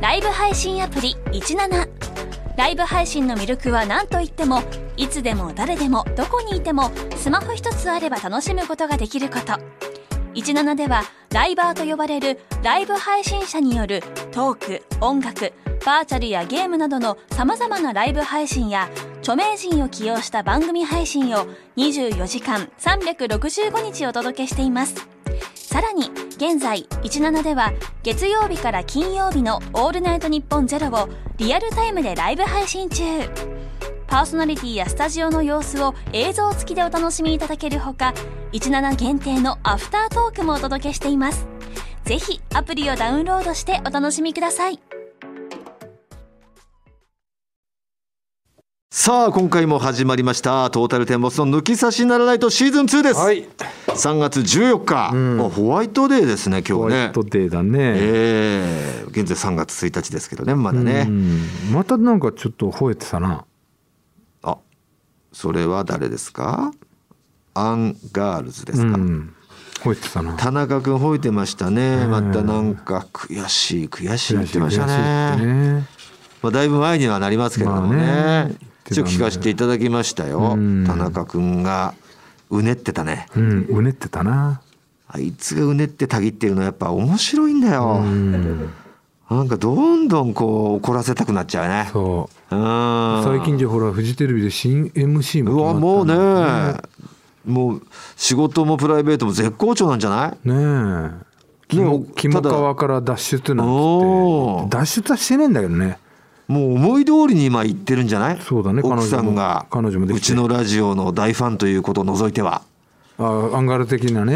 ライブ配信アプリ17。ライブ配信の魅力は何といっても、いつでも誰でもどこにいてもスマホ一つあれば楽しむことができること。17ではライバーと呼ばれるライブ配信者によるトーク、音楽、バーチャルやゲームなどの様々なライブ配信や著名人を起用した番組配信を24時間365日お届けしています。さらに現在17では月曜日から金曜日のオールナイトニッポンゼロをリアルタイムでライブ配信中。パーソナリティやスタジオの様子を映像付きでお楽しみいただけるほか、17限定のアフタートークもお届けしています。ぜひアプリをダウンロードしてお楽しみください。 さあ今回も始まりましたトータルテンボスの抜き差しならないとシーズン2です、はい、3月14日、ホワイトデーですね今日ね。ホワイトデーだね、現在3月1日ですけどね、まだね。 またなんかちょっと吠えてたな。 あ、それは誰ですか？アンガールズですか？ 吠えてたな。 田中君吠えてましたね。またなんか悔しい言ってましたね。まあ、だいぶ前にはなりますけれどもね、ちょっと聞かせていただきましたよ。田中君がうねってたね。 うねってたな。 あいつがうねってたぎってるのはやっぱ面白いんだよ。なんかどんどんこう怒らせたくなっちゃうね。 そう。最近じゃほらフジテレビで新 MC も決まった、 もうね、もう仕事もプライベートも絶好調なんじゃない？ ねえ。肝川から脱出なんつって脱出はしてねえんだけどね。 もう思い通りに今言ってるんじゃない？ そうだね。 奥さんが彼女もできて、 うちのラジオの大ファンということを除いては、 アンガール的なね。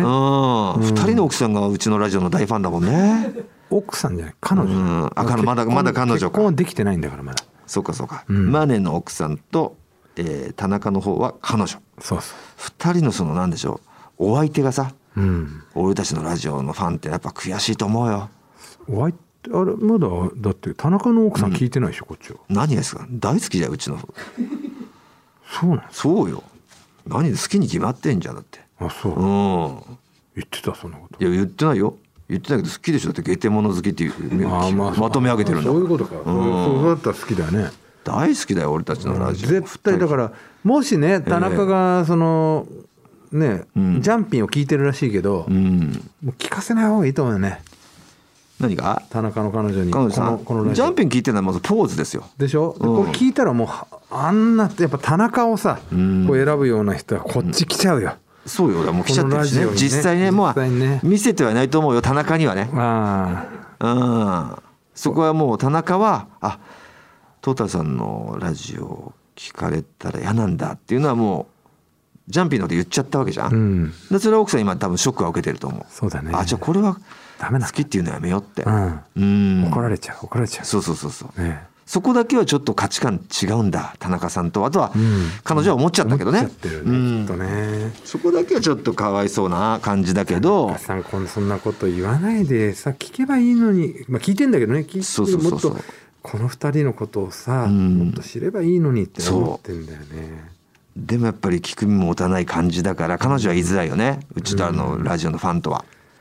2人の奥さんがうちのラジオの大ファンだもんね。 奥さんじゃない、彼女。 まだ彼女か。 結婚はできてないんだからまだ。 そうか。マネの奥さんと、田中の方は彼女。 そう。 2人のそのなんでしょう、お相手がさ、俺たちのラジオのファンってやっぱ悔しいと思うよ。 お相手あれまだだって田中の奥さん聞いてないでしょ、こっちは。 何がですか？大好きだようちの。 そうなんですか？ そうよ。何で好きに決まってんじゃんだって。 あ、そう。言ってたそんなこと。 いや言ってないよ。言ってないけど好きでしょ。だってゲテモノ好きっていうまとめ上げてるんだ。 そういうことか。そうだったら好きだよね。 大好きだよ俺たちのラジオ。 絶対だからもしね田中がそのねジャンピンを聞いてるらしいけど、もう聞かせない方がいいと思うよね。 何が？ 田中の彼女にこのジャンピン聞いてるのはまずポーズですよ。 でしょ、これ聞いたらもうあんなやっぱ田中をさ、こう選ぶような人はこっち来ちゃうよ。 そうよ、もう来ちゃってるしね。実際ね、もう見せてはないと思うよ田中にはね。そこはもう田中はトータさんのラジオ聞かれたら嫌なんだっていうのはもうジャンピンのこと言っちゃったわけじゃん。でそれは奥さん今多分ショックは受けてると思う。 そうだね。 じゃあこれは好きっていうのやめようって。怒られちゃう。そう、そこだけはちょっと価値観違うんだ田中さんと。あとは彼女は思っちゃったけどね。そこだけはちょっとかわいそうな感じだけど。 田中さんそんなこと言わないでさ、聞けばいいのに。聞いてんだけどね。もっとこの二人のことをさ、もっと知ればいいのにって思ってんだよね。 でもやっぱり聞く耳も持たない感じだから彼女は言いづらいよね、うちのラジオのファンとは。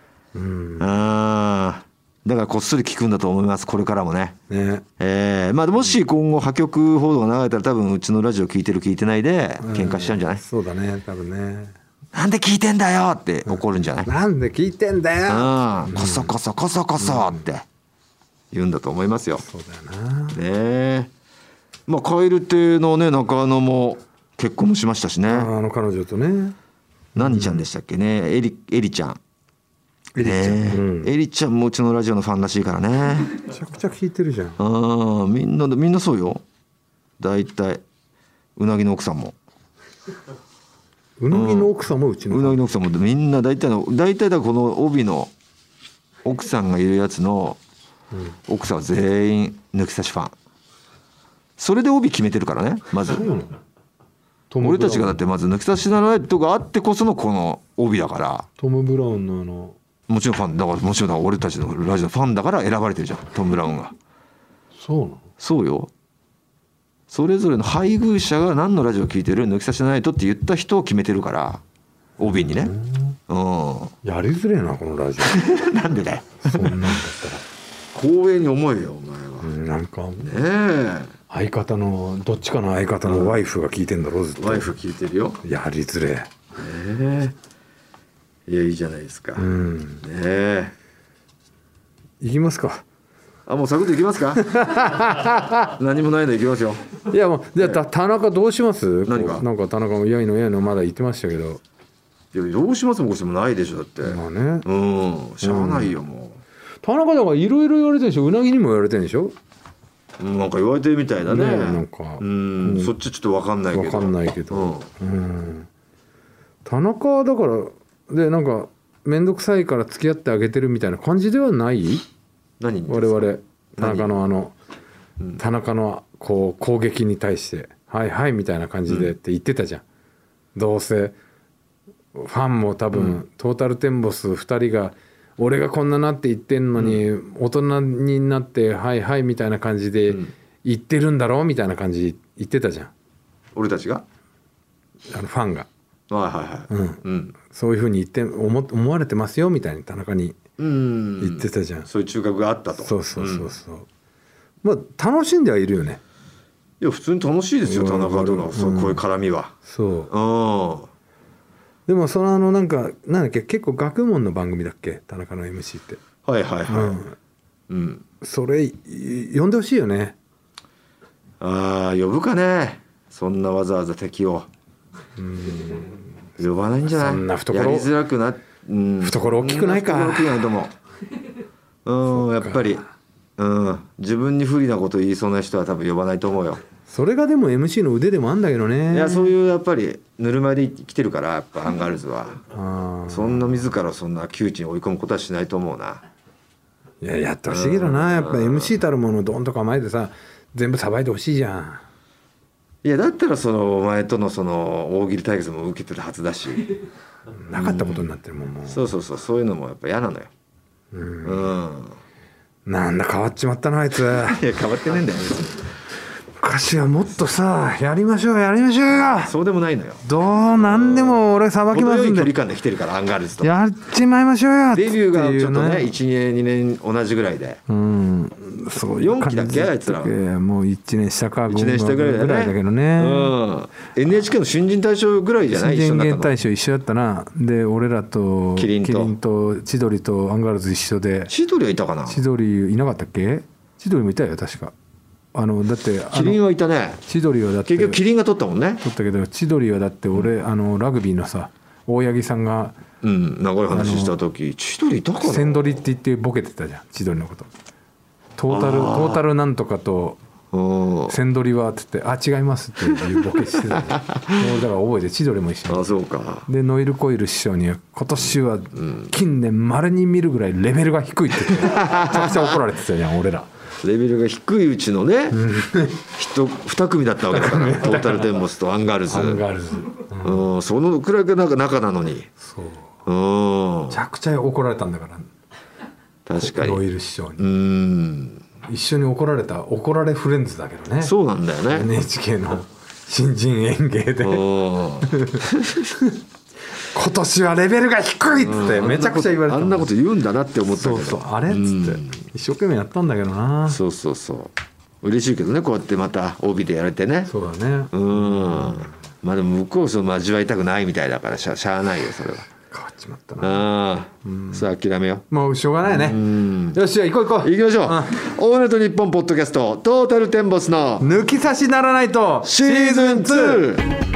だからこっそり聞くんだと思いますこれからもね。もし今後破局報道が流れたら多分うちのラジオ聞いてる聞いてないで喧嘩しちゃうんじゃない？ そうだね、多分ね。 なんで聞いてんだよって怒るんじゃない？ なんで聞いてんだよ、 こそこそって言うんだと思いますよ。 そうだよな。 まあ蛙亭のね中野も結婚もしましたしね。 彼女とね。 何ちゃんでしたっけね、エリちゃん。エリちゃんもうちのラジオのファンらしいからね。 めちゃくちゃ聞いてるじゃん。 みんなそうよ。大体うなぎの奥さんも。 うなぎの奥さんもうちの。 うなぎの奥さんもみんな大体だからこの帯の奥さんがいるやつの奥さんは全員抜き差しファン。それで帯決めてるからねまず。俺たちがだってまず抜き差しならないとがあってこそのこの帯だから。 トム・ブラウンのもちろんファンだから、もちろん俺たちのラジオのファンだから選ばれてるじゃんトム・ブラウンが。 そうなの？そうよ。それぞれの配偶者が何のラジオ聞いてる抜き差しならないとって言った人を決めてるから帯にね。 やりづれえなこのラジオ。 なんでだよ。 そんなんだったら光栄に思えよお前は。 なんかねえ、 相方のどっちかの相方のワイフが聞いてんだろずっと。 ワイフ聞いてるよ。 やりづれ。 いやいいじゃないですか。ねえ。 行きますか。 あ、もうサクッと行きますか。何もないの行きますよ。 いやもうじゃあ田中どうします？ 何が？ なんか田中もやいのまだ言ってましたけど。 いやどうしますもこうしてもないでしょだって。 まあね。 しゃあないよもう。 田中だからいろいろ言われてるでしょ。うなぎにも言われてるでしょ。 なんか言われてるみたいだね。 なんかそっちちょっと分かんないけど。 分かんないけど。田中だからでなんか面倒くさいから付き合ってあげてるみたいな感じではない？ 何に我々田中のこう攻撃に対してはいはいみたいな感じでって言ってたじゃん。どうせファンも多分、トータルテンボス2人が俺がこんななって言ってんのに、大人になってはいはいみたいな感じで言ってるんだろうみたいな感じ言ってたじゃん。 俺たちがファンが。そういうふうに思われてますよみたいに田中に言ってたじゃん。 そういう中核があったと。 そう、まあ楽しんではいるよね。 いや普通に楽しいですよ田中とのこういう絡みは。 でもそのなんだっけ結構学問の番組だっけ田中の MC って。それ呼んでほしいよね。 呼ぶかね。そんなわざわざ敵を呼ばないんじゃない。 そんな懐やりづらくな懐大きくないか。 懐大きくないと思う。やっぱり自分に不利なこと言いそうな人は多分呼ばないと思うよ。 それがでも MC の腕でもあんだけどね。 いやそういうやっぱりぬるま湯で来てるからやっぱアンガールズはそんな自らそんな窮地に追い込むことはしないと思うな。 いややってほしいけどな。やっぱ MC たるものドンと構えてさ全部さばいてほしいじゃん。 いやだったらお前との大喜利対決も受けてたはずだしなかったことになってるもん。もうそういうのもやっぱ嫌なのよ。 なんだ変わっちまったなあいつ。いや変わってねえんだよ別に。 昔はもっとさやりましょうよ。 そうでもないのよ。 なんでも俺さばきますんで。 程よい距離感で来てるからアンガールズとやっちまいましょうよ。 デビューがちょっとね1年2年同じぐらいでそういう 4期だっけあいつら。 もう1年下か 1年下ぐらいだけどね。NHK の新人大賞ぐらいじゃない。 新人大賞一緒だったな。で俺らとキリンと千鳥とアンガールズ一緒で。 千鳥はいたかな。 千鳥いなかったっけ。千鳥もいたよ確か。だってキリンはいたね。 千鳥はだって結局キリンが取ったもんね。 取ったけど千鳥はだって俺ラグビーのさ大八木さんが長い話した時千鳥いたかな。 千鳥って言ってボケてたじゃん千鳥のこと。トータルなんとかと千鳥はって言って違いますっていうボケしてたじゃん。俺だから覚えて千鳥も一緒に。 そうか。 でノイルコイル師匠に今年は近年まれに見るぐらいレベルが低いってめちゃくちゃ怒られてたじゃん俺ら。 レベルが低いうちのね2組だったわけだからトータルテンボスとアンガールズ。そのくらいが仲なのに。 めちゃくちゃ怒られたんだから。 確かにノイル師匠に一緒に怒られフレンズだけどね。 そうなんだよね NHK の新人演芸で今年はレベルが低いっつってめちゃくちゃ言われた。 あんなこと言うんだなって思ったけど。 あれっつって一生懸命やったんだけどな。 嬉しいけどねこうやってまた帯でやれてね。 そうだね。 まあでも向こう交わりたくないみたいだからしゃあないよそれは。 変わっちまったな。 さあ諦めよう。 もうしょうがないね。よしじゃあ行こう行きましょう。オールナイトニッポンポッドキャストトータルテンボスの抜き差しならないとシーズン2。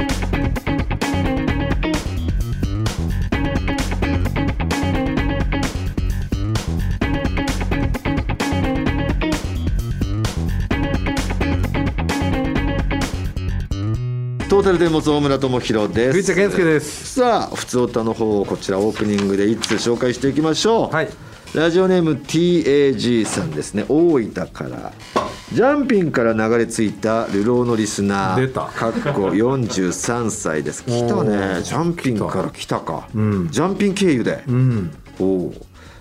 トータルテンボス大村智弘です。 藤田健介です。 さあふつおたの方をこちらオープニングで一通紹介していきましょう。 はい。 ラジオネーム TAG さんですね。大分からジャンピンから流れ着いた流浪のリスナー出たかっこ43歳です。来たね。ジャンピンから来たか、ジャンピン経由で、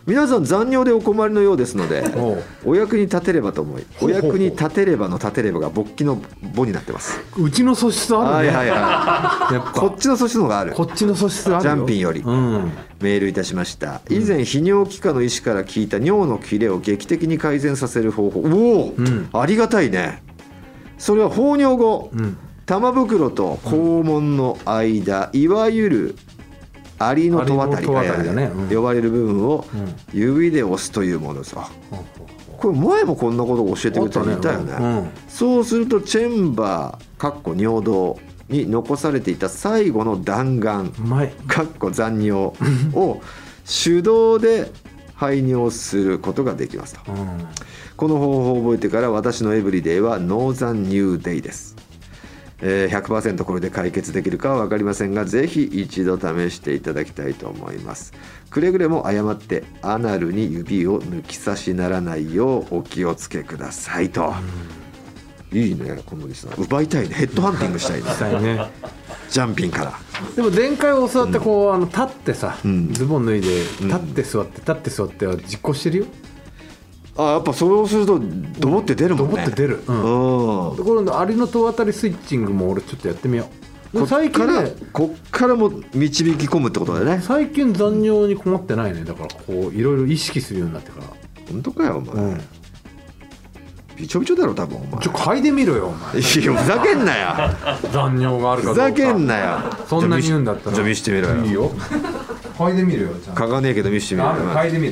皆さん残尿でお困りのようですのでお役に立てればと思い、お役に立てればの立てればが勃起の母になってます。 うちの素質あるね。 はいはいはいやっぱこっちの素質の方がある。 こっちの素質あるよ。 ジャンピンより、メールいたしました。以前泌尿器科の医師から聞いた尿の切れを劇的に改善させる方法。おお、ありがたいね。それは放尿後、玉袋と肛門の間、いわゆるアリの戸渡りと呼ばれる部分を指で押すというものです。これ前もこんなことを教えてくれた人いたよね。そうするとチェンバー尿道に残されていた最後の弾丸残尿を手動で排尿することができますと。この方法を覚えてから私のエブリデイはノーザンニューデイです。100% これで解決できるかは分かりませんが、ぜひ一度試していただきたいと思います。くれぐれも誤ってアナルに指を抜き差しならないようお気をつけくださいと。いいね、このリスナー奪いたいね。ヘッドハンティングしたいね。 したいね。 ジャンピンから。 でも前回教わってこう、立ってさ、ズボン脱いで立って座って立って座っては実行してるよ。 やっぱそうするとドボって出るもんね。 ドボって出る。これアリの戸渡りスイッチングも俺ちょっとやってみよう。最近ね、 こっからも導き込むってことだよね。 最近残尿に困ってないね。だからこういろいろ意識するようになってから。 本当かよお前。びちょびちょだろ多分お前。 嗅いでみろよお前。 いやふざけんなよ。 残尿があるかどうか。 ふざけんなよ。 そんなに言うんだったら。 じゃあ見せてみろよ。 いいよ。嗅いでみるよ。 嗅がねえけど見せてみろよ。 嗅いでみろ。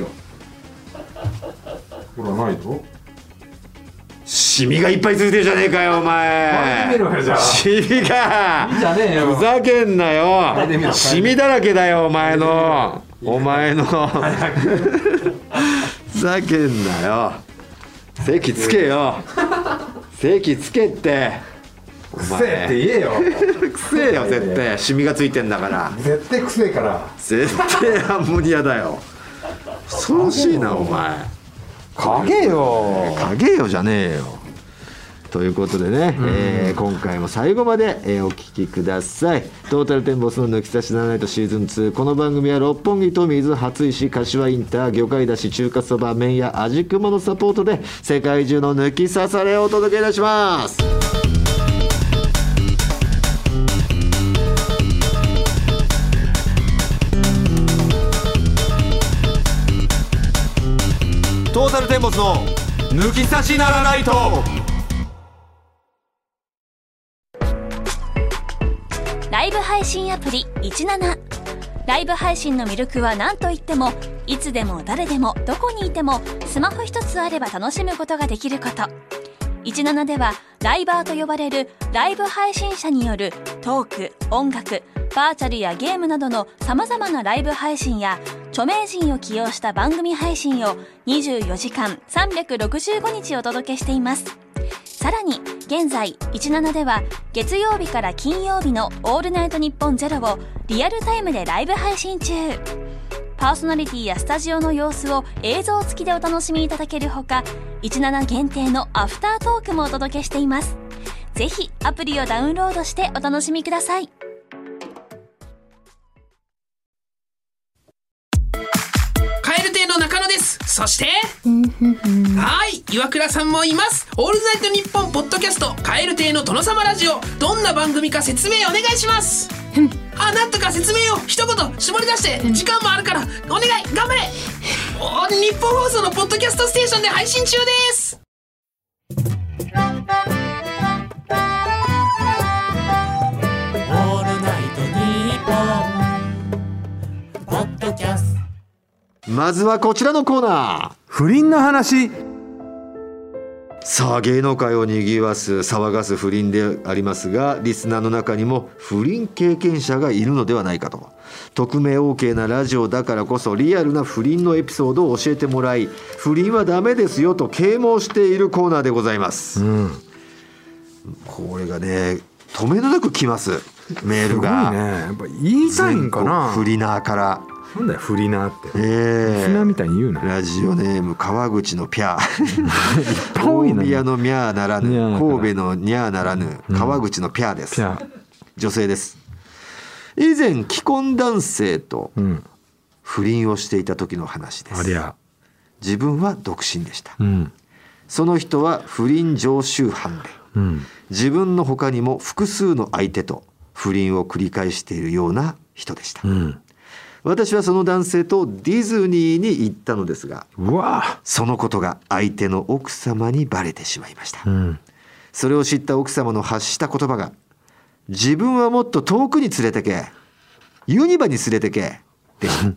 ほらないと。 シミがいっぱいついてるじゃねえかよお前。シミがいいじゃねえよ。ふざけんなよ。シミだらけだよお前の。ふざけんなよ。席つけよ。席つけって。 くせえって言えよ。 くせえよ絶対。シミがついてんだから。 絶対くせえから。 絶対アンモニアだよ。恐ろしいなお前。 影よ影よじゃねえよ。ということでね、今回も最後まで、お聞きください。トータルテンボスの抜き差しならないとシーズン2。この番組は六本木トミーズ、初石、柏インター、魚介だし、中華そば、麺や味熊のサポートで世界中の抜き差されをお届けいたします。トータルテンボスの抜き差しならないと。 ライブ配信アプリ17。ライブ配信の魅力は何といっても、いつでも誰でもどこにいてもスマホ一つあれば楽しむことができること。17ではライバーと呼ばれるライブ配信者によるトーク、音楽、バーチャルやゲームなどの様々なライブ配信や著名人を起用した番組配信を24時間365日お届けしています。さらに現在17では月曜日から金曜日のオールナイトニッポンゼロをリアルタイムでライブ配信中。パーソナリティやスタジオの様子を映像付きでお楽しみいただけるほか、17限定のアフタートークもお届けしています。ぜひアプリをダウンロードしてお楽しみください。 中野です。そしてはい岩倉さんもいます。オールナイトニッポンポッドキャスト蛙亭の殿様ラジオ、どんな番組か説明お願いします。なんとか説明を一言絞り出して、時間もあるからお願い頑張れ。日本放送のポッドキャストステーションで配信中です。 オールナイトニッポンポッドキャスト。 まずはこちらのコーナー、 不倫の話。 さあ芸能界をにぎわす騒がす不倫でありますが、リスナーの中にも不倫経験者がいるのではないかと。匿名 OK なラジオだからこそリアルな不倫のエピソードを教えてもらい、不倫はダメですよと啓蒙しているコーナーでございます、これがね止めのなく来ます。メールがすごいね。やっぱ言いたいんかな、 フリナーから。 なんだよフリナーって、フリナーみたいに言うな。 ラジオネーム川口のピャー大宮のミャーならぬ神戸のニャーならぬ川口のピャーです、女性です。以前既婚男性と不倫をしていた時の話です。 ありゃ。 自分は独身でした。 うん。 その人は不倫常習犯で、 うん。 自分の他にも複数の相手と不倫を繰り返しているような人でした。 うん。 私はその男性とディズニーに行ったのですが、 うわ。 そのことが相手の奥様にバレてしまいました。 うん。 それを知った奥様の発した言葉が、自分はもっと遠くに連れてけ、ユニバに連れてけでした。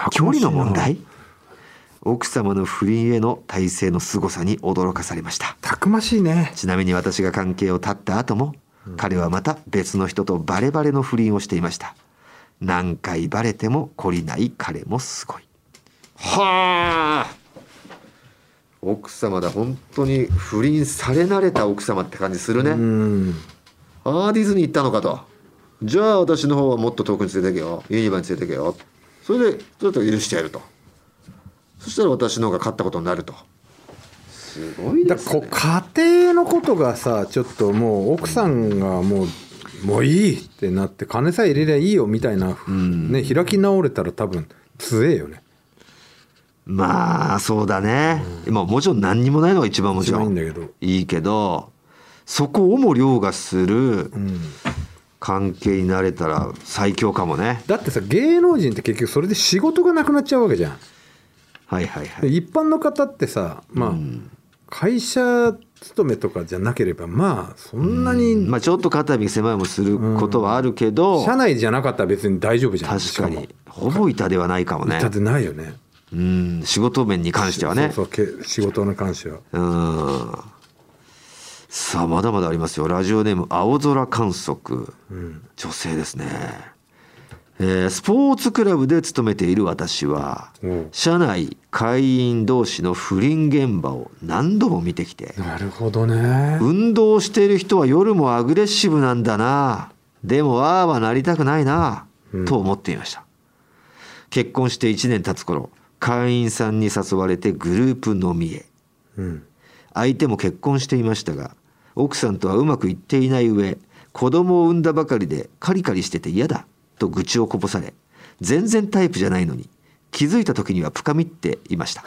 距離の問題？奥様の不倫への体制の凄さに驚かされました。 たくましいね。 ちなみに私が関係を絶った後も、彼はまた別の人とバレバレの不倫をしていました。何回バレても懲りない彼もすごい。はあ、奥様だ。本当に不倫され慣れた奥様って感じするね。 うん。 ああ、ディズニー行ったのかと。じゃあ私の方はもっと遠くに連れてけよ、ユニバに連れてけよ。それでちょっと許してやると。そしたら私の方が勝ったことになると。すごいですね。 家庭のことがさ、ちょっともう奥さんがもういいってなって、金さえ入れりゃいいよみたいな、ね、開き直れたら多分強えよね。 まあそうだね、今もちろん何にもないのが一番もちろん一番いいんだけど、 いいけど、そこをも凌駕する関係になれたら最強かもね。 だってさ、芸能人って結局それで仕事がなくなっちゃうわけじゃん。 はいはいはい。 一般の方ってさ、まあ、会社勤めとかじゃなければまあそんなに、 まあちょっと肩身狭いもすることはあるけど、 社内じゃなかったら別に大丈夫じゃん。 確かにほぼ板ではないかもね。 板でないよね。 仕事面に関してはね。 そう仕事に関しては。 さあまだまだありますよ。ラジオネーム青空観測、女性ですね。スポーツクラブで勤めている私は、社内会員同士の不倫現場を何度も見てきて、 なるほどね。 運動している人は夜もアグレッシブなんだな、でもああはなりたくないな、と思っていました。結婚して1年経つ頃、会員さんに誘われてグループ飲みへ、相手も結婚していましたが、奥さんとはうまくいっていない上、子供を産んだばかりでカリカリしてて嫌だと愚痴をこぼされ、全然タイプじゃないのに気づいた時には深みっていました。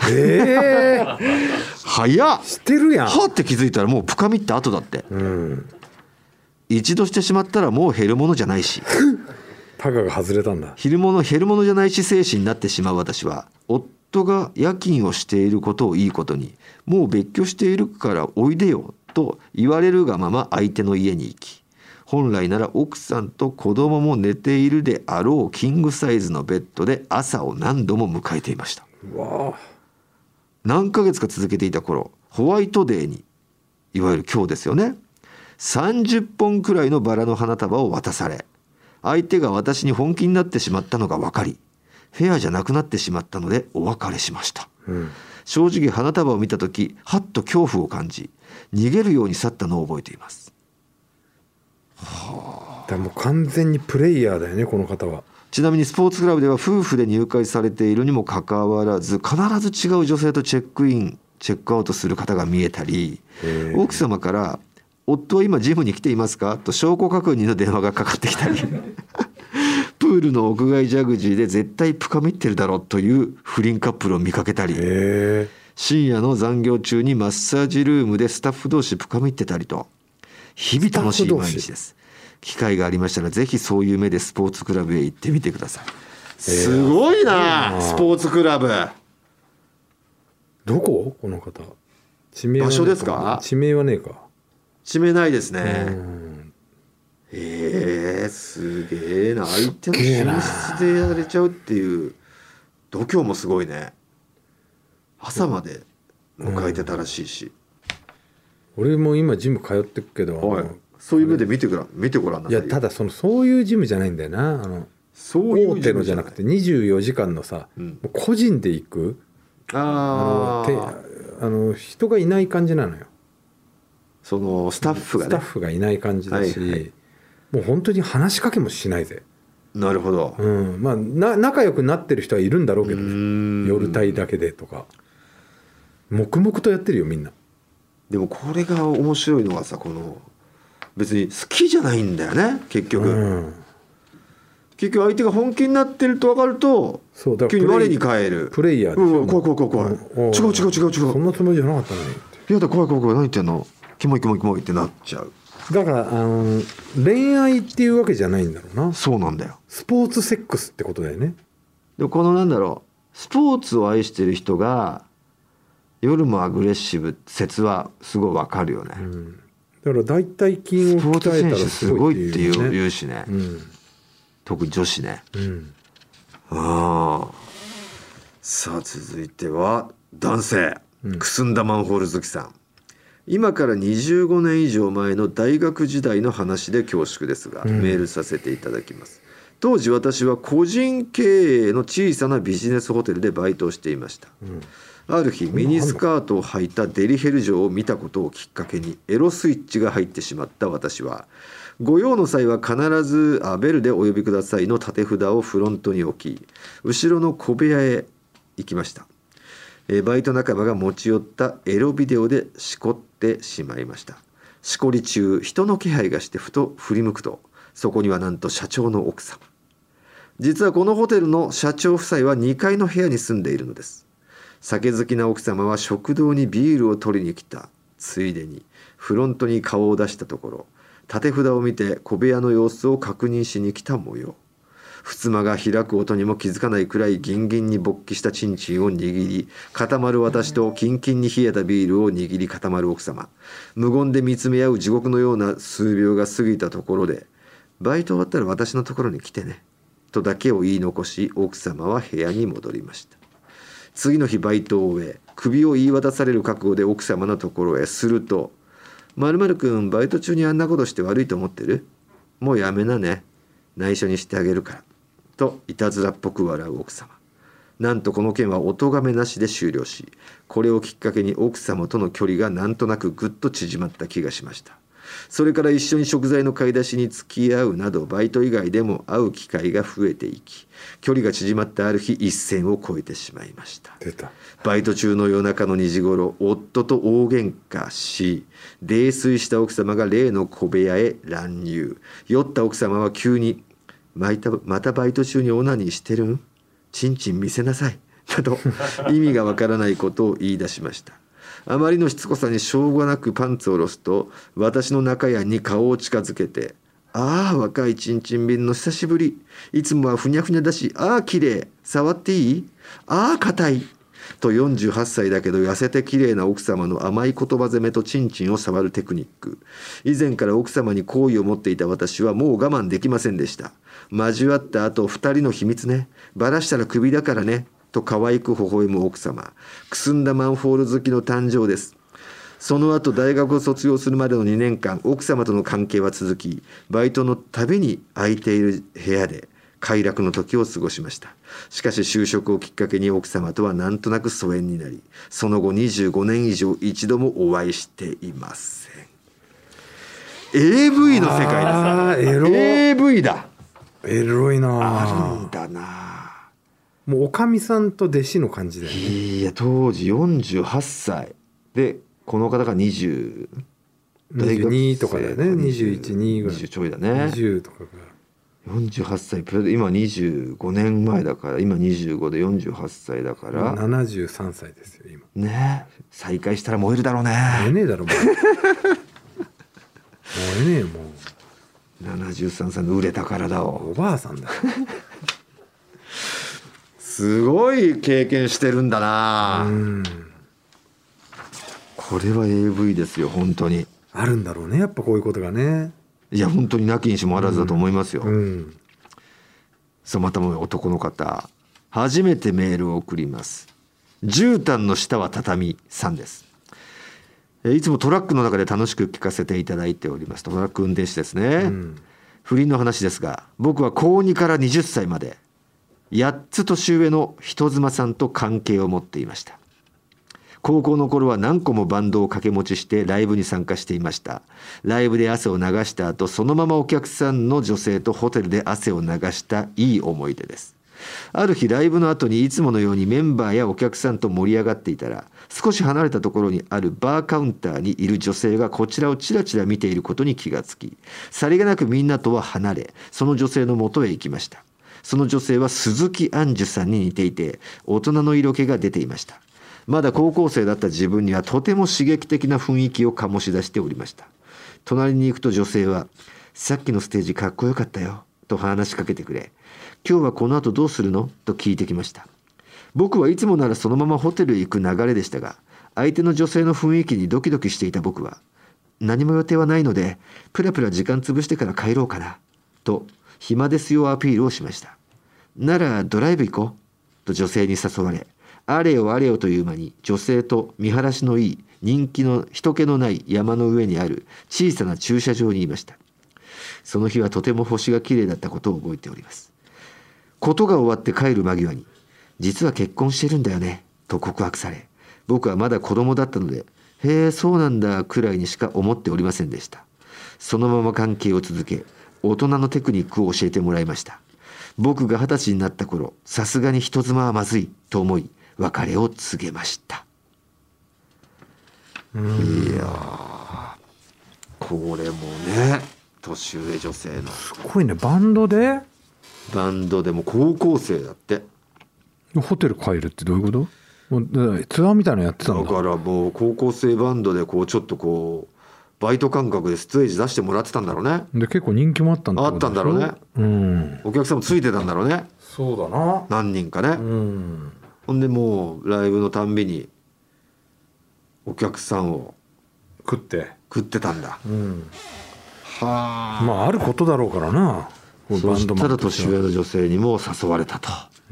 早っ。 してるやん。 はって気づいたらもう深みって後だって、一度してしまったらもう減るものじゃないしタガが外れたんだ。 減るものじゃないし精神になってしまう私は、夫が夜勤をしていることをいいことに、もう別居しているからおいでよと言われるがまま相手の家に行き、本来なら奥さんと子供も寝ているであろうキングサイズのベッドで朝を何度も迎えていました。何ヶ月か続けていた頃、ホワイトデーに、いわゆる今日ですよね、30本くらいのバラの花束を渡され、相手が私に本気になってしまったのが分かり、フェアじゃなくなってしまったのでお別れしました。正直花束を見た時、はっと恐怖を感じ、逃げるように去ったのを覚えています。 でも完全にプレイヤーだよね、この方は。 ちなみにスポーツクラブでは夫婦で入会されているにもかかわらず、必ず違う女性とチェックインチェックアウトする方が見えたり、奥様から夫は今ジムに来ていますかと証拠確認の電話がかかってきたりプールの屋外ジャグジーで絶対深みってるだろうという不倫カップルを見かけたり、深夜の残業中にマッサージルームでスタッフ同士深みってたりと、日々楽しい毎日です。機会がありましたらぜひそういう目でスポーツクラブへ行ってみてください。すごいな、スポーツクラブ。 どここの方、地名場所ですか？ 地名はねえか。 地名ないですね。すげえな。相手の寝室でやれちゃうっていう度胸もすごいね。朝まで迎えてたらしいし、 俺も今ジム通ってくけど、 そういう目で見てごらんなさい。 いや、ただそういうジムじゃないんだよな。 そういう大手のじゃなくて24時間のさ、個人で行く人がいない感じなのよ。 そのスタッフがね、 スタッフがいない感じだし、もう本当に話しかけもしないぜ。 なるほど。 まあ仲良くなってる人はいるんだろうけど、夜帯だけでとか黙々とやってるよみんな。 でもこれが面白いのはさ、この別に好きじゃないんだよね結局、 結局相手が本気になってると分かるとそうだから急に我に返る。 プレイヤーでしょ。 怖い怖い怖い怖い。違う違う違う違う。 そんなつもりじゃなかったのに。 いやだ怖い怖い怖い何言ってんの。キモいキモいキモいってなっちゃう。 だから恋愛っていうわけじゃないんだろうな。 そうなんだよ。 スポーツセックスってことだよね。 でこのなんだろうスポーツを愛してる人が夜もアグレッシブ説はすごいわかるよね。 だから大腿筋を鍛えたらすごいっていうね。 言うしね。特に女子ね。さあ続いては男性、くすんだマンホール好きさん。今から25年以上前の大学時代の話で恐縮ですが、メールさせていただきます。当時私は個人経営の小さなビジネスホテルでバイトをしていました。ある日ミニスカートを履いたデリヘル嬢を見たことをきっかけにエロスイッチが入ってしまった私は、ご用の際は必ずベルでお呼びくださいの立て札をフロントに置き、後ろの小部屋へ行きました。バイト仲間が持ち寄ったエロビデオでしこってしまいました。しこり中人の気配がしてふと振り向くと、そこにはなんと社長の奥様。実はこのホテルの社長夫妻は2階の部屋に住んでいるのです。酒好きな奥様は食堂にビールを取りに来たついでにフロントに顔を出したところ、立て札を見て小部屋の様子を確認しに来た模様。襖が開く音にも気づかないくらいギンギンに勃起したチンチンを握り固まる私とキンキンに冷えたビールを握り固まる奥様。無言で見つめ合う地獄のような数秒が過ぎたところで、バイト終わったら私のところに来てねとだけを言い残し、奥様は部屋に戻りました。次の日バイトを終え、首を言い渡される覚悟で奥様のところへすると、〇〇くんバイト中にあんなことして悪いと思ってる？もうやめなね、内緒にしてあげるからといたずらっぽく笑う奥様。なんとこの件はお咎めなしで終了し、これをきっかけに奥様との距離がなんとなくぐっと縮まった気がしました。それから一緒に食材の買い出しに付き合うなど、バイト以外でも会う機会が増えていき、距離が縮まったある日一線を越えてしまいました。 出た。 バイト中の夜中の2時頃、夫と大喧嘩し、泥酔した奥様が例の小部屋へ乱入。酔った奥様は急にまたバイト中にオナニーしてるん？チンチン見せなさいなど意味がわからないことを言い出しました。あまりのしつこさにしょうがなくパンツを下ろすと、私の中屋に顔を近づけて、ああ若いチンチン瓶の久しぶり、いつもはふにゃふにゃだし、ああ綺麗、触っていい？ああ硬いと48歳だけど痩せて綺麗な奥様の甘い言葉攻めとチンチンを触るテクニック。以前から奥様に好意を持っていた私はもう我慢できませんでした。交わった後、2人の秘密ね、バラしたらクビだからねと可愛く微笑む奥様。くすんだマンホール好きの誕生です。その後大学を卒業するまでの2年間、奥様との関係は続き、バイトのたびに空いている部屋で快楽の時を過ごしました。しかし就職をきっかけに奥様とはなんとなく疎遠になり、その後25年以上一度もお会いしていません。 AV の世界です。 エロ AV だ。 エロいな。 あるんだな。 もうおかみさんと弟子の感じだよね。 いや当時48歳で、この方が20 22とかだよね。21、2ぐらい。 20ちょいだね。 20とかが 48歳プラス今25年前だから、今25で48歳だから 73歳ですよ今ね。再会したら燃えるだろうね。 燃えねえだろもう燃えねえよもう。 73歳の売れた体を。 おばあさんだすごい経験してるんだな。これは AV ですよ本当に。 あるんだろうねやっぱこういうことがね。 いや本当になきにしもあらずだと思いますよ。さあまたも男の方、初めてメールを送ります。絨毯の下は畳さんです。いつもトラックの中で楽しく聞かせていただいております。トラック運転手ですね。不倫の話ですが、僕は高2から20歳まで8つ年上の人妻さんと関係を持っていました。高校の頃は何個もバンドを掛け持ちしてライブに参加していました。ライブで汗を流した後、そのままお客さんの女性とホテルで汗を流したいい思い出です。ある日ライブの後にいつものようにメンバーやお客さんと盛り上がっていたら、少し離れたところにあるバーカウンターにいる女性がこちらをちらちら見ていることに気がつき、さりげなくみんなとは離れ、その女性の元へ行きました。 その女性は鈴木杏樹さんに似ていて、大人の色気が出ていました。まだ高校生だった自分にはとても刺激的な雰囲気を醸し出しておりました。隣に行くと女性は、さっきのステージかっこよかったよと話しかけてくれ、今日はこの後どうするのと聞いてきました。僕はいつもならそのままホテルへ行く流れでしたが、相手の女性の雰囲気にドキドキしていた僕は、何も予定はないのでプラプラ時間潰してから帰ろうかなと暇ですよアピールをしました。ならドライブ行こうと女性に誘われ、あれよあれよという間に女性と見晴らしのいい人気の人気のない山の上にある小さな駐車場にいました。その日はとても星がきれいだったことを覚えております。ことが終わって帰る間際に、実は結婚してるんだよねと告白され、僕はまだ子供だったので、へえそうなんだくらいにしか思っておりませんでした。そのまま関係を続け、大人のテクニックを教えてもらいました。僕が20歳になった頃、さすがに人妻はまずいと思い別れを告げました。いやー、これもね、年上女性のすごいね。バンドでも高校生だって。 ホテル帰るってどういうこと？もうツアーみたいなのやってたんだ。 だからもう高校生バンドでこうちょっとこうバイト感覚でステージ出してもらってたんだろうね。 で結構人気もあったんだ。 あったんだろうね。 うん。 お客さんもついてたんだろうね。 そうだな。 何人かね。 うん。 ほんでもうライブのたんびにお客さんを食ってたんだ。 うん。 はあ。 まああることだろうからな。 そしたら年上の女性にも誘われたと。 うん。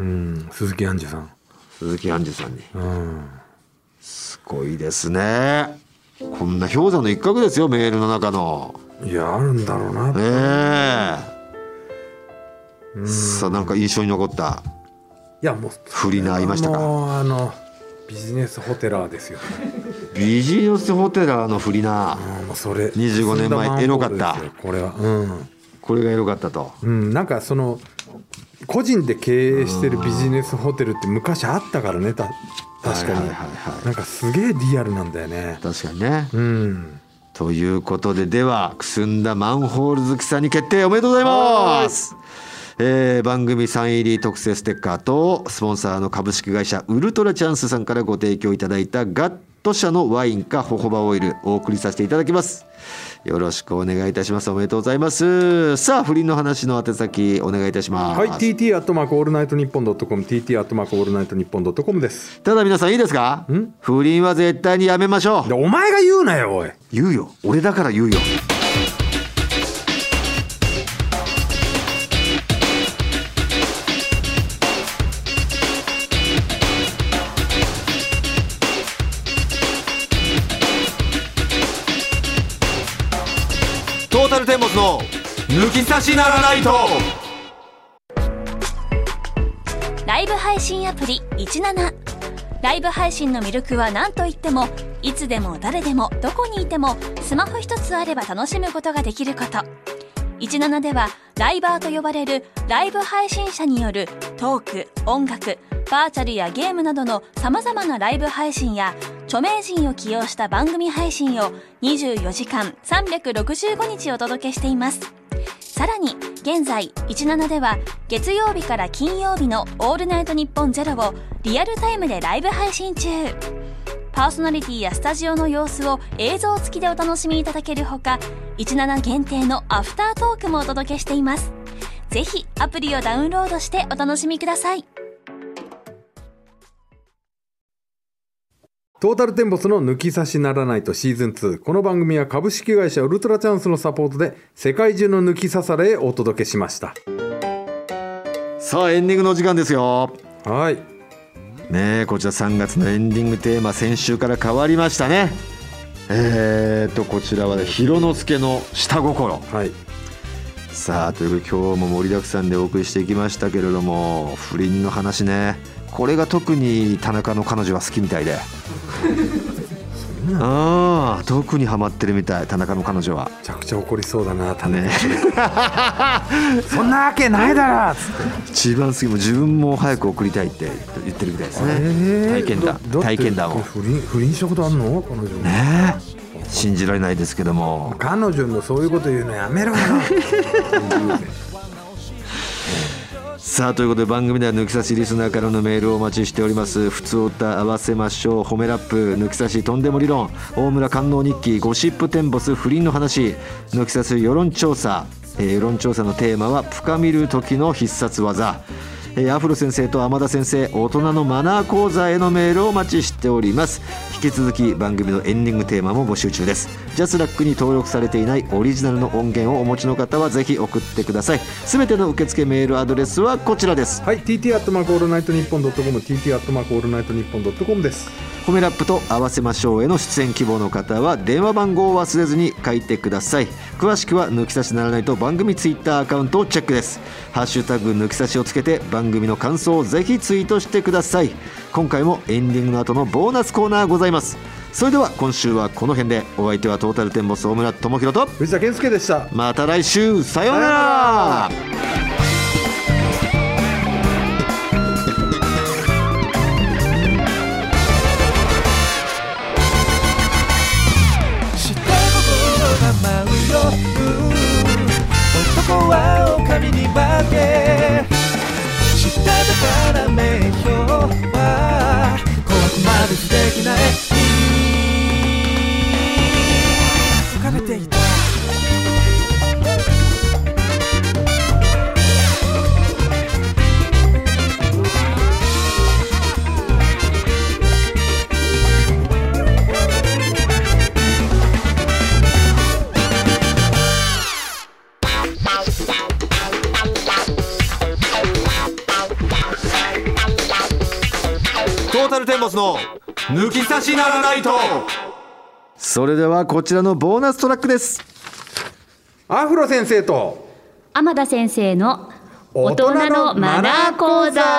鈴木杏樹さん。 鈴木杏樹さんに。 うん。 すごいですね。こんな氷山の一角ですよ、メールの中の。 いやあるんだろうな。 ねえ。さあなんか印象に残った。 いやもう振りなありましたか。 もうビジネスホテラーですよ。 ビジネスホテラーの振りな。 もうそれ 25年前エロかった。 これは。うん。 これがエロかったと。 うん。なんかその個人で経営してるビジネスホテルって昔あったからね。確かに、なんかすげえリアルなんだよね。 確かにね。 うん。 ということで、ではくすんだマンホール好きさんに決定おめでとうございます。番組サイン入り特製ステッカーとスポンサーの株式会社ウルトラチャンスさんからご提供いただいたガット社のワインかホホバオイルお送りさせていただきます。よろしくお願いいたします。おめでとうございます。さあ不倫の話の宛先お願いいたします。 はい、TT アットマークオールナイトニッポンドットコム TT アットマークオールナイトニッポンドットコムです。 ただ皆さんいいですか？不倫は絶対にやめましょう。 お前が言うなよ。おい、 言うよ、俺だから言うよ。トータルテンボスの抜き差しならないと。 ライブ配信アプリ17。ライブ配信の魅力は何といっても、いつでも誰でもどこにいてもスマホ一つあれば楽しむことができること。17ではライバーと呼ばれるライブ配信者によるトーク、音楽、バーチャルやゲームなどの様々なライブ配信や著名人を起用した番組配信を24時間365日お届けしています。さらに現在17では月曜日から金曜日のオールナイトニッポンゼロをリアルタイムでライブ配信中。パーソナリティやスタジオの様子を映像付きでお楽しみいただけるほか、17限定のアフタートークもお届けしています。ぜひアプリをダウンロードしてお楽しみください。 トータルテンボスの抜き差しならないとシーズン2。この番組は株式会社ウルトラチャンスのサポートで世界中の抜き差されへお届けしました。 さあエンディングの時間ですよ。 はい。 ねえ、こちら3月のエンディングテーマ先週から変わりましたね。こちらは、ね、広之助の下心。 はい。 さあという今日も盛りだくさんでお送りしていきましたけれども、不倫の話ね、これが特に田中の彼女は好きみたいで特にハマってるみたい、田中の彼女は。 めちゃくちゃ怒りそうだな、田中、ね、そんなわけないだろっつって一番好き、も自分も早く送りたいって言ってるみたいですね。体験談を。 不倫したことあんの彼女ねえ、信じられないですけども、 彼女のそういうこと言うのやめろよさあということで番組では抜き差しリスナーからのメールをお待ちしております。ふつおた合わせましょう、褒めラップ、抜き差しとんでも理論、大村官能日記、ゴシップテンボス、不倫の話、抜き差し世論調査、世論調査のテーマは深見る時の必殺技。アフロ先生と天田先生、大人のマナー講座へのメールをお待ちしております。引き続き番組のエンディングテーマも募集中です。ジャスラックに登録されていないオリジナルの音源をお持ちの方はぜひ送ってください。すべての受付メールアドレスはこちらです。 はい、tt@allnightnippon.com、tt@allnightnippon.com です。 褒めラップと合わせましょうへの出演希望の方は電話番号を忘れずに書いてください。詳しくは抜き差しならないと番組ツイッターアカウントをチェックです。ハッシュタグ抜き差しをつけて番組の感想をぜひツイートしてください。今回もエンディングの後のボーナスコーナーございます。それでは今週はこの辺で。お相手はトータルテンボス大村智広と藤田健介でした。 また来週、さようなら。 男は狼に化け、舌だから名誉は怖くまで素敵な絵に浮かべていた。 トータルテンボスの抜き差しならないと。それではこちらのボーナストラックです。 アフロ先生と天田先生の大人のマナー講座。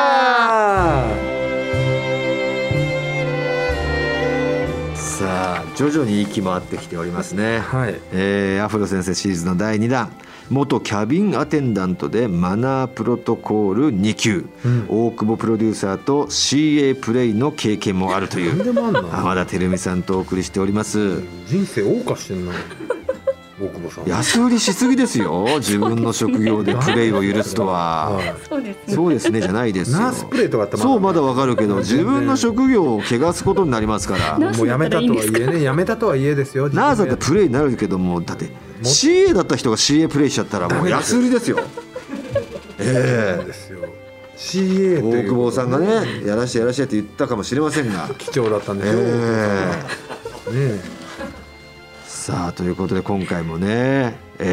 さあ徐々に息も合ってきておりますね。 はい、 アフロ先生シリーズの第2弾、元キャビンアテンダントでマナープロトコール2級、大久保プロデューサーと CA プレイの経験もあるという浜田照美さんとお送りしております。 人生謳歌してんな大久保さん。 安売りしすぎですよ。自分の職業でプレイを許すとは。そうですねじゃないですよ。 ナースプレイとかあったらそうまだわかるけど、自分の職業を汚すことになりますから。 もうやめたとはいえね、やめたとはいえですよ。 ナースだってプレイになるけども、だって CA だった人が CA プレイしちゃったらもう安売りですよ。 ですよ。CA という大久保さんがね、やらしてって言ったかもしれませんが、 貴重だったんでしょう。ねさあということで今回もね、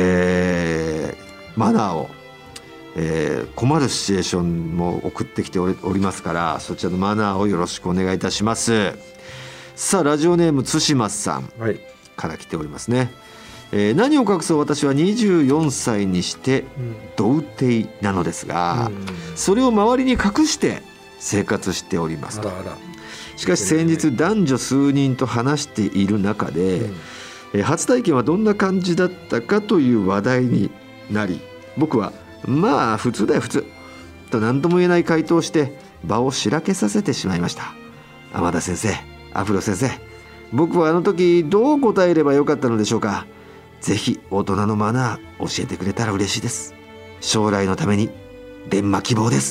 マナーを、困るシチュエーションも送ってきておりますから、そちらのマナーをよろしくお願いいたします。さあラジオネーム対馬さんから来ておりますね。何を隠そう私は24歳にして童貞なのですが、それを周りに隠して生活しておりますと。しかし先日男女数人と話している中で、初体験はどんな感じだったかという話題になり、僕はまあ普通だよ普通と何とも言えない回答をして場をしらけさせてしまいました。天田先生、アフロ先生、僕はあの時どう答えればよかったのでしょうか。ぜひ大人のマナー教えてくれたら嬉しいです。将来のために電話希望です、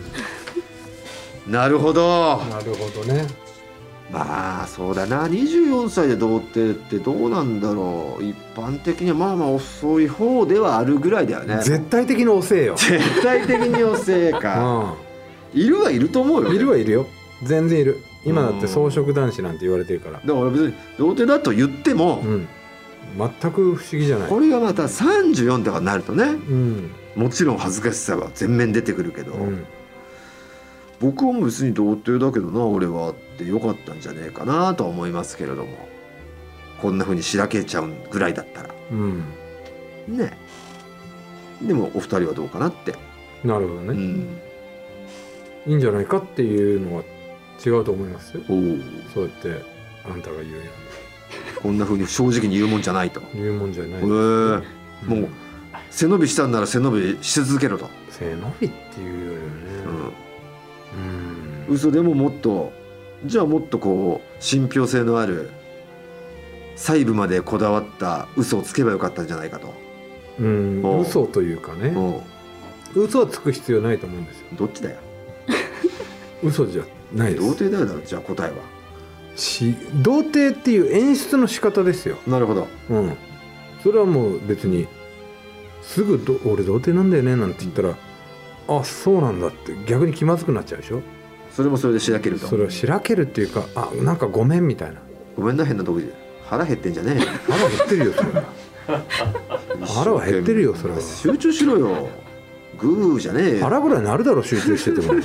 なるほどなるほどね。 まあそうだな、24歳で童貞ってどうなんだろう。一般的にはまあ遅い方ではあるぐらいだよね。 絶対的に遅えよ。 絶対的に遅えか、いるはいると思うよ、ね、 いるはいるよ、全然いる。今だって草食男子なんて言われてるから。 だから別に童貞だと言っても、 全く不思議じゃない。 これがまた34とかになるとね、もちろん恥ずかしさは全面出てくるけど、僕はもう別に童貞だけどな俺はってよかったんじゃねえかなとは思いますけれども、こんな風にしらけちゃうぐらいだったら、ね。でもお二人はどうかなって。 なるほどね、いいんじゃないかっていうのは違うと思いますよ。そうやってあんたが言うようにこんな風に正直に言うもんじゃないと。 言うもんじゃない。 もう背伸びしたんなら背伸びし続けろと。 背伸びっていうよりはね、 嘘でももっと、じゃあもっとこう信憑性のある細部までこだわった嘘をつけばよかったんじゃないかと。 嘘というかね、 嘘はつく必要ないと思うんですよ。 どっちだよ。 嘘じゃないです。 童貞だよだ。じゃあ答えは。 童貞っていう演出の仕方ですよ。 なるほど。 それはもう別にすぐ俺童貞なんだよねなんて言ったら、あ、そうなんだって逆に気まずくなっちゃうでしょ。 それもそれでしらけると。 それをしらけるっていうか、あ、なんかごめんみたいな。 ごめんな、変なとこで腹減ってんじゃねえよ。 腹減ってるよそれは。腹は減ってるよそれは。 集中しろよ。グーじゃねえよ。 腹ぐらいなるだろ集中してても。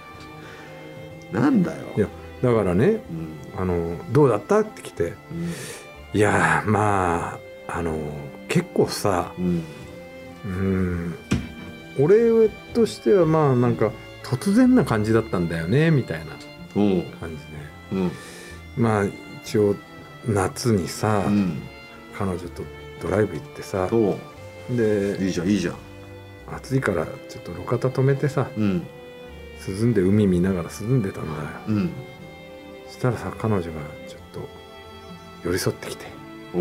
なんだよ。 いやだからね、どうだったって来て、いやまあ結構さ、俺としてはまあなんか突然な感じだったんだよねみたいな感じで、まあ一応夏にさ、彼女とドライブ行ってさ、でいいじゃんいいじゃん。 暑いからちょっと路肩止めてさ、涼んで海見ながら涼んでたんだよ。そしたらさ彼女がちょっと寄り添ってきて、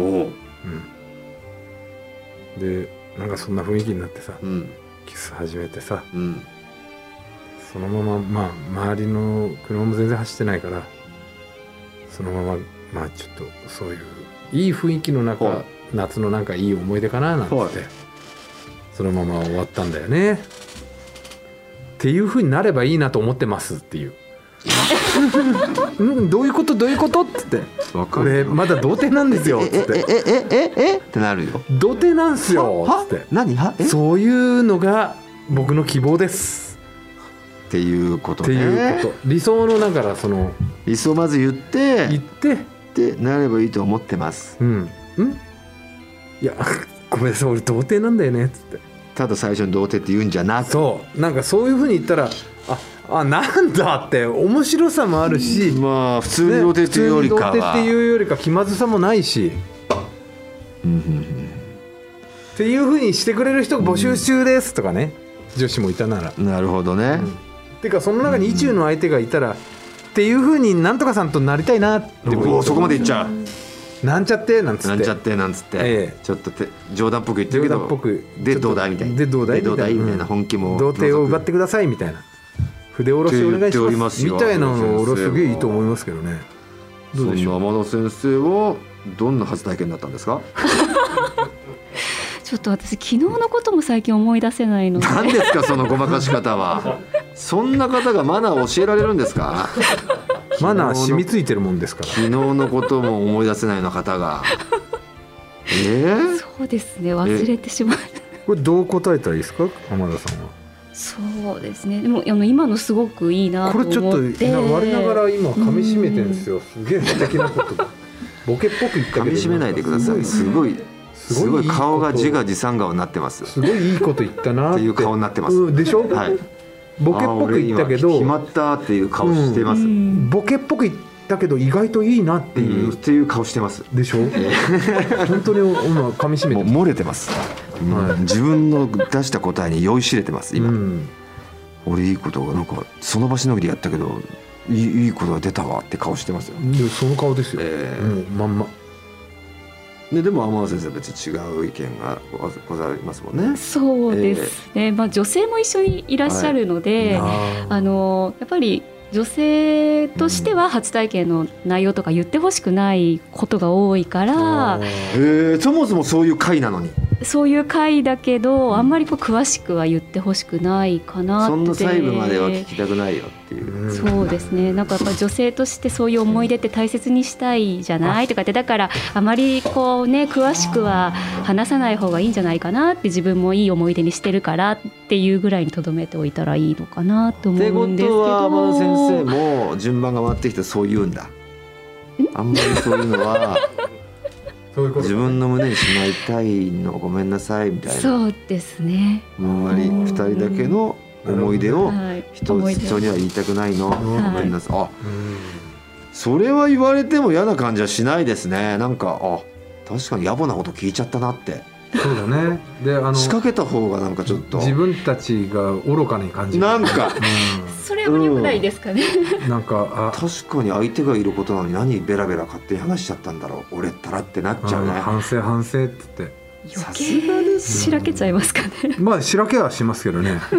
でなんかそんな雰囲気になってさ、キス始めてさ、そのまままあ周りの車も全然走ってないからそのまままあちょっとそういういい雰囲気の中、夏のなんかいい思い出かななんて、そのまま終わったんだよねっていう風になればいいなと思ってますっていう。どういうことどういうことっつって、俺まだ童貞なんですよっつって、 ってなるよ。 童貞なんすよっつって、 何はそういうのが僕の希望ですっていうことね。 っていうこと、理想のだからその理想まず言ってってなればいいと思ってます。 いやごめんなさい俺童貞なんだよねっつって、 ただ最初に童貞って言うんじゃなく、 そうなんかそういう風に言ったらあなんだって面白さもあるし、 まあ普通に童貞っていうよりかは、 普通に童貞っていうよりか気まずさもないし、っていう風にしてくれる人募集中ですとかね、女子もいたなら。 なるほどね。 てかその中に意中の相手がいたら、っていう風になんとかさんとなりたいなって、 そこまで言っちゃう。 なんちゃってなんつって、 なんちゃってなんつって、ちょっと冗談っぽく言ってるけど、でどうだいみたいな、 でどうだいみたいな本気も、 童貞を奪ってくださいみたいな、筆下ろしお願いしますみたいなの俺すげえいいと思いますけどね。 そんな天田先生はどんな初体験だったんですか？ ちょっと私昨日のことも最近思い出せないので。 何ですかそのごまかし方は。そんな方がマナーを教えられるんですか？ マナー染みついてるもんですから。 昨日のことも思い出せないような方が。 そうですね、忘れてしまう。 これどう答えたらいいですか浜田さんは。 そうですね、でも今のすごくいいなと思って。 これちょっと我ながら今噛み締めてるんですよ。すげえ素敵なことボケっぽく言ったけど、 噛み締めないでください。すごい顔が自画自賛顔になってます。 すごいいいこと言ったなっていう顔になってます。 でしょ。はい。ボケっぽく言ったけど決まったっていう顔してます。 ボケっぽく言ったけど意外といいなっていう顔してます。 でしょ。本当に今噛み締めて漏れてます。自分の出した答えに酔いしれてます今。俺いいことがなんかその場しのぎでやったけどいいことが出たわって顔してますよ。 その顔ですよ。まんま。 でも天野先生は別に違う意見がございますもんね。 そうですね、女性も一緒にいらっしゃるので、やっぱり女性としては初体験の内容とか言ってほしくないことが多いから、 そもそもそういう回なのに。 そういう回だけど、あんまり詳しくは言ってほしくないかなって。 そんな細部までは聞きたくないよっていう。 そうですね、なんかやっぱ女性としてそういう思い出って大切にしたいじゃないとかって、だからあまり詳しくは話さない方がいいんじゃないかなって、自分もいい思い出にしてるからっていうぐらいに留めておいたらいいのかなと思うんですけど。 ってことは天野先生も順番が回ってきてそう言うんだ。あんまりそういうのは自分の胸にしまいたいのごめんなさいみたいな。 そうですね、 あんまり2人だけの思い出を人には言いたくないの、ごめんなさい。それは言われても嫌な感じはしないですね。なんか確かに野暮なこと聞いちゃったなって。 そうだね。で仕掛けた方がなんかちょっと自分たちが愚かに感じる。 なんか、 それは良くないですかね。 なんか確かに相手がいることなのに何ベラベラ勝手に話しちゃったんだろう俺ったらってなっちゃうね。 反省って言って。 余計しらけちゃいますかね。 まあしらけはしますけどね、はい、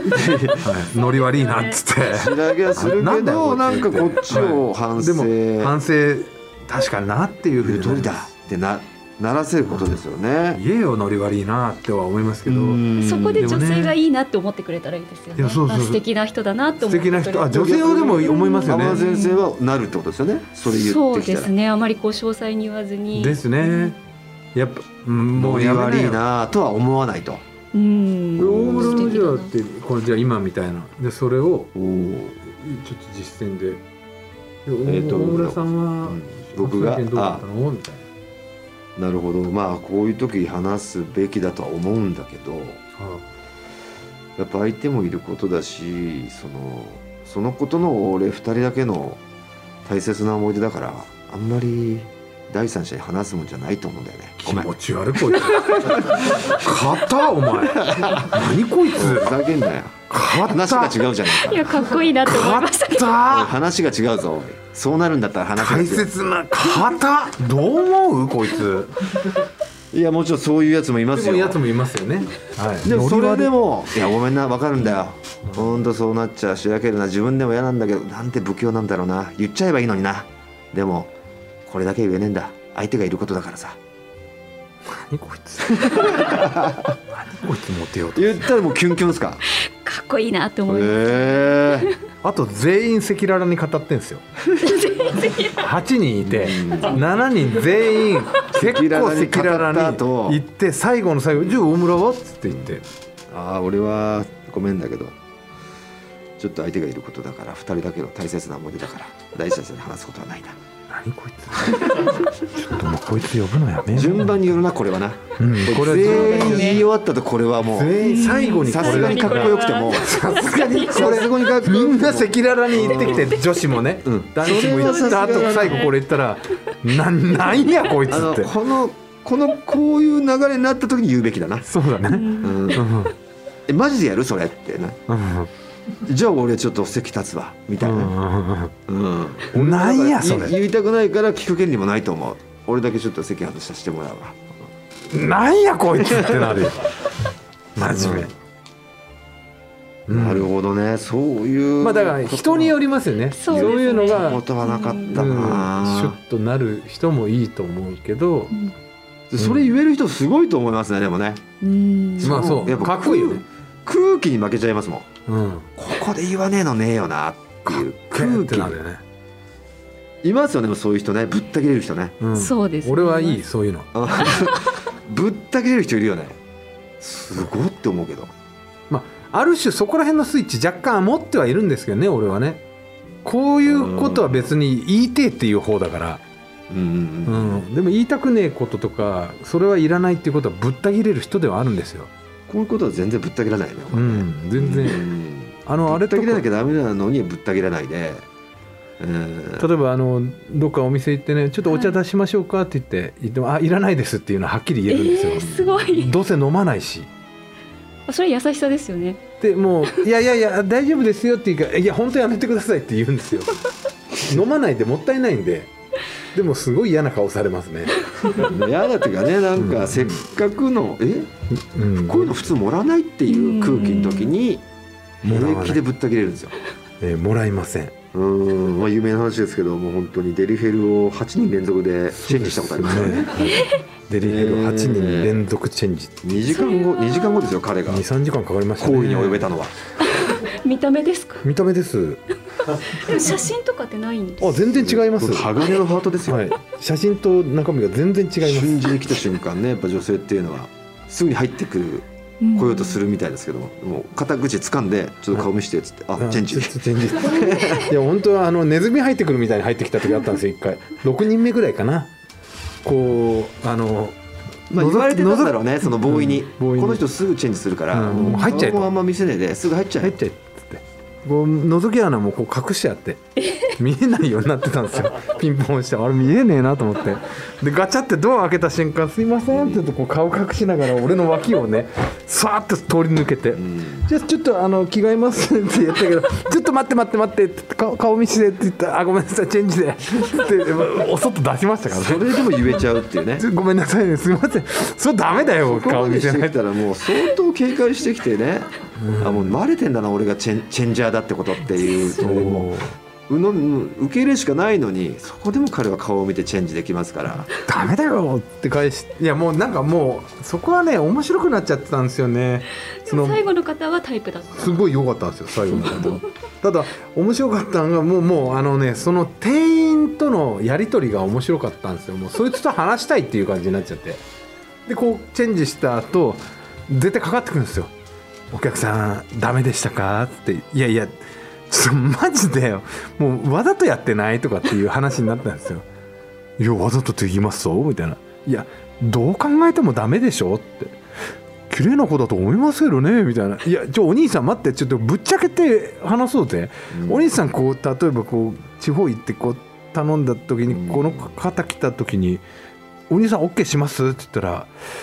ノリ悪いなっつってしらけはするけどなんかこっちを反省、 でも反省確かになっていうふうに言う通りだってならせることですよね。 言えよノリ悪いなっては思いますけど、 そこで女性がいいなって思ってくれたらいいですよね。素敵な人だなって思ってくれる。 素敵な人、女性はでも思いますよね。 天野先生はなるってことですよね。それ言ってきたら。 そうですね。あまりこう詳細に言わずにですね。やっぱもうやめ悪いなとは思わないと。 大村のじゃあってこれじゃあ今みたいなでそれをちょっと実践で、大村さんは僕がどうだったのみたいな。 なるほど。まあこういう時話すべきだとは思うんだけど、やっぱ相手もいることだし、そのことの俺2人だけの大切な思い出だから、あんまり第三者に話すもんじゃないと思うんだよね。 気持ち悪いこいつ肩お前何こいつふざけんなよ。話が違うじゃないか。 いやかっこいいなって思いましたけど、 話が違うぞ。そうなるんだったら話が違う。 大切な肩どう思うこいつ。 いやもちろんそういうやつもいますよ。 そういうやつもいますよね、はい、 でもそれでもいやごめんな分かるんだよ、ほんとそうなっちゃう、しらけるな、自分でも嫌なんだけど、なんて不器用なんだろうな、言っちゃえばいいのにな、でもこれだけ言えねえんだ、相手がいることだからさ。 何こいつ何こいつモテようと言ったらもうキュンキュンですか。 かっこいいなって思います、 あと全員赤裸々に語ってんですよ8人いて7人全員結構赤裸々に言って最後の最後じゃあ大村はっつって言って、 ああ俺はごめんだけどちょっと相手がいることだから2人だけの大切な思い出だから第三者で話すことはないな。 何こいつちょっともうこいつ呼ぶのやめよう。 順番によるなこれはな、これ全員言い終わったとこれはもう全員最後にさすがにかっこよくてもさすがにこれみんな赤裸々に言ってきて女子もね、男子も言った後最後これ言ったらなんやこいつってこういう流れになった時に言うべきだな。 そうだね、 マジでやるそれってな、じゃあ俺ちょっと席立つわみたいな、 なんやそれ言いたくないから聞く権利もないと思う。俺だけちょっと席外させてもらうわ。 なんやこいつってなるよ真面目、 なるほどね。そういうまあだから人によりますよね。そういうのがことはなかったな、 シュッとなる人もいいと思うけど、 それ言える人すごいと思いますね。でもね、 まあそうやっぱかっこいいよね。 空気に負けちゃいますもん、ここで言わねえのねえよなっていう空気にいますよね。そういう人ね、ぶった切れる人ね、 そうですね。 俺はいいそういうのぶった切れる人いるよね。すごいって思うけど、 まあある種そこら辺のスイッチ若干持ってはいるんですけどね。俺はねこういうことは別に言いてえっていう方だから、でも言いたくねえこととかそれはいらないっていうことはぶった切れる人ではあるんですよ。 こういうことは全然ぶった切らないね。 全然、あれぶった切らなきゃダメなのにぶった切らないで、 例えばどっかお店行ってね、ちょっとお茶出しましょうかって言っても、いらないですっていうのははっきり言えるんですよ。 すごい。 どうせ飲まないし。 それ優しさですよね。 でもういや大丈夫ですよって言うから、いや本当やめてくださいって言うんですよ飲まないでもったいないんで。でもすごい嫌な顔されますね。 嫌だっていうかね、なんかせっかくのこういうの普通もらわないっていう空気の時に平気でぶった切れるんですよ。 もらいません。 まあ有名な話ですけど、もう本当にデリヘルを8人連続でチェンジしたことありますよね。 デリヘル8人連続チェンジ。 2時間後ですよ彼が。 2、3時間かかりましたね。 行為に及べたのは。 見た目ですか。 見た目です。 でも写真とかってないんですか。 全然違います。 鋼のハートですよ、 写真と中身が全然違います。 瞬時に来た瞬間ね、やっぱ女性っていうのはすぐに入ってくる来ようとするみたいですけども、もう肩口掴んでちょっと顔見してっつって、チェンジいや本当はネズミ入ってくるみたいに入ってきた時あったんですよ。1回6人目ぐらいかな。こう言われてたんだろうね、そのボーイに、この人すぐチェンジするから、もう入っちゃえと、 あんま見せねえですぐ入っちゃえってこう覗き穴もこう隠してあって見えないようになってたんですよ。ピンポン押してあれ見えねえなと思って、でガチャってドア開けた瞬間すいませんって言ってこう顔隠しながら俺の脇をねさーっと通り抜けて、じゃあちょっと着替えますって言ったけどちょっと待ってって顔見せてって言ったらごめんなさいチェンジでってお外出しましたからね。 それでも言えちゃうっていうねごめんなさいねすいませんそれダメだよ顔見せないしてきたらもう相当警戒してきてね、もうバレてんだな俺がチェンジャーだってことっていう受け入れしかないのに、そこでも彼は顔を見てチェンジできますからダメだよって返し、いやもうなんかもうそこはね面白くなっちゃってたんですよね。 最後の方はタイプだった。 すごい良かったんですよ最後の方はただ面白かったのがもうその店員とのやり取りが面白かったんですよ。もうそいつと話したいっていう感じになっちゃって、でこうチェンジした後絶対かかってくるんですよ。お客さんダメでしたかって、いやちょっとマジでもうわざとやってないとかっていう話になったんですよ。いやわざとって言いますぞみたいな、いやどう考えてもダメでしょって、綺麗な子だと思いますけどねみたいな、いやお兄さん待ってちょっとぶっちゃけて話そうぜ、お兄さんこう例えばこう地方行ってこう頼んだ時にこの方来た時にお兄さん OK しますって言ったら、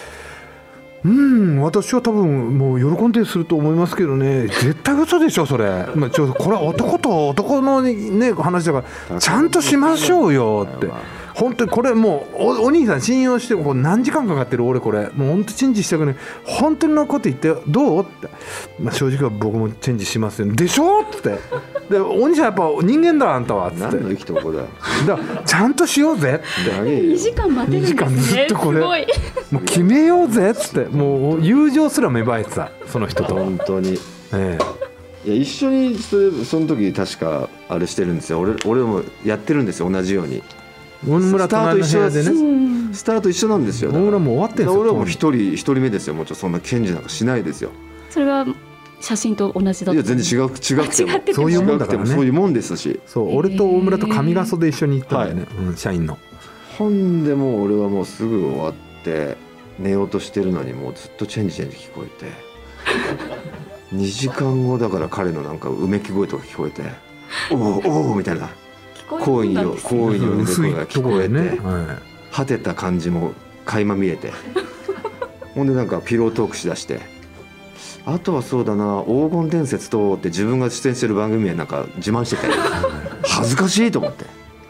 私は多分もう喜んですると思いますけどね、絶対嘘でしょそれ、これは男と男の、ね、話だからちゃんとしましょうよって、本当にこれもう お兄さん信用してこう何時間かかってる俺これもう本当チェンジしたくない、本当のこと言ってどうって、正直は僕もチェンジしますよでしょって、でお兄さんやっぱ人間だあんたはって何の生きとこだだからちゃんとしようぜって 2時間待てるんですね。 2時間ずっとこれすごいもう決めようぜっつって、もう友情すら芽生えてたその人と本当に、いや一緒にその時確かあれしてるんですよ。俺もやってるんですよ同じように。 大村隣の部屋でねスタート一緒なんですよ。 大村もう終わってんですよ。 俺はもう一人目ですよ。もうちょっとそんな検事なんかしないですよ。 それは写真と同じだった。 いや全然違くてもそういうもんだからね。 そういうもんですし、 そう俺と大村と上ヶ曽で一緒に行ったんだよね、社員の。 ほんでもう俺はもうすぐ終わって寝ようとしてるのにもうずっとチェンジ聞こえて2時間後だから彼のなんかうめき声とか聞こえておおみたいな好意による声が聞こえて、果てた感じも垣間見えてほんでなんかピロートークしだして、あとはそうだな黄金伝説とって自分が出演してる番組でなんか自慢してて恥ずかしいと思って、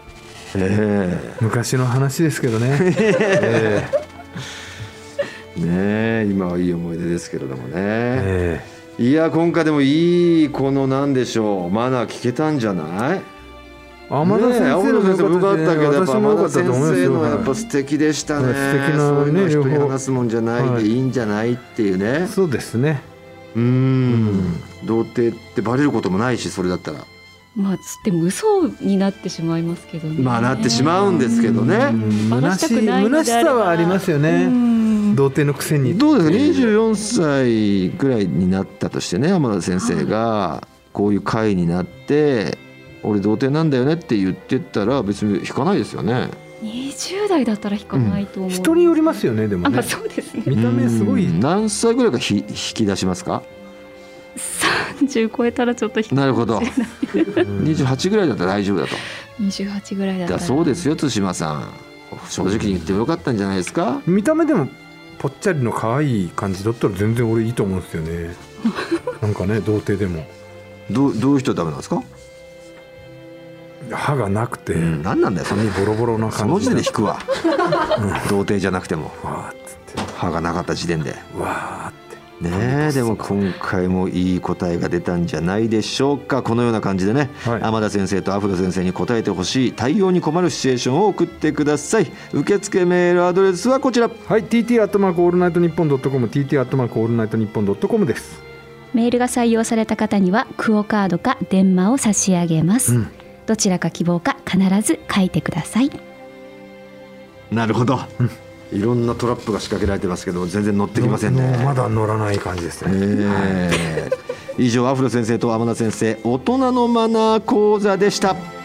昔の話ですけどね今はいい思い出ですけれどもね、いや今回でもいいこのなんでしょうマナー聞けたんじゃない？ 天田先生のもよかったけどやっぱ天田先生のやっぱ素敵でしたね。 素敵なそういうのは人に話すもんじゃないでいいんじゃないっていうね。 そうですね。 童貞ってバレることもないしそれだったらでも嘘になってしまいますけどね。 なってしまうんですけどね。 虚しさはありますよね。童貞のくせに。 どうですか24歳ぐらいになったとしてね、天田先生がこういう会になって俺童貞なんだよねって言ってたら別に引かないですよね。 20代だったら引かないと思う。 人によりますよね。でもね。 そうですね。 見た目すごい。 何歳ぐらいから引き出しますか ？30超えたらちょっと引くかもしれない。なるほど。 28ぐらいだったら大丈夫だと。 28ぐらいだったら。 そうですよ対馬さん。正直に言ってもよかったんじゃないですか。 見た目でもぽっちゃりの可愛い感じだったら全然俺いいと思うんですよね。なんかね童貞でも。 どういう人はダメなんですか？ 歯がなくて、 何なんだよそのボロボロな感じ。 その時点で引くわ。童貞じゃなくても歯がなかった時点でわーってね。でも今回もいい答えが出たんじゃないでしょうか。このような感じでね、天田先生とアフロ先生に答えてほしい対応に困るシチュエーションを送ってください。受付メールアドレスはこちら、 tt@allnightnippon.com tt@allnightnippon.com です。 メールが採用された方にはクオカードか電話を差し上げます、どちらか希望か必ず書いてください。 なるほど、いろんなトラップが仕掛けられてますけど全然乗ってきませんね。 まだ乗らない感じですね。 以上アフロ先生と天田先生大人のマナー講座でした。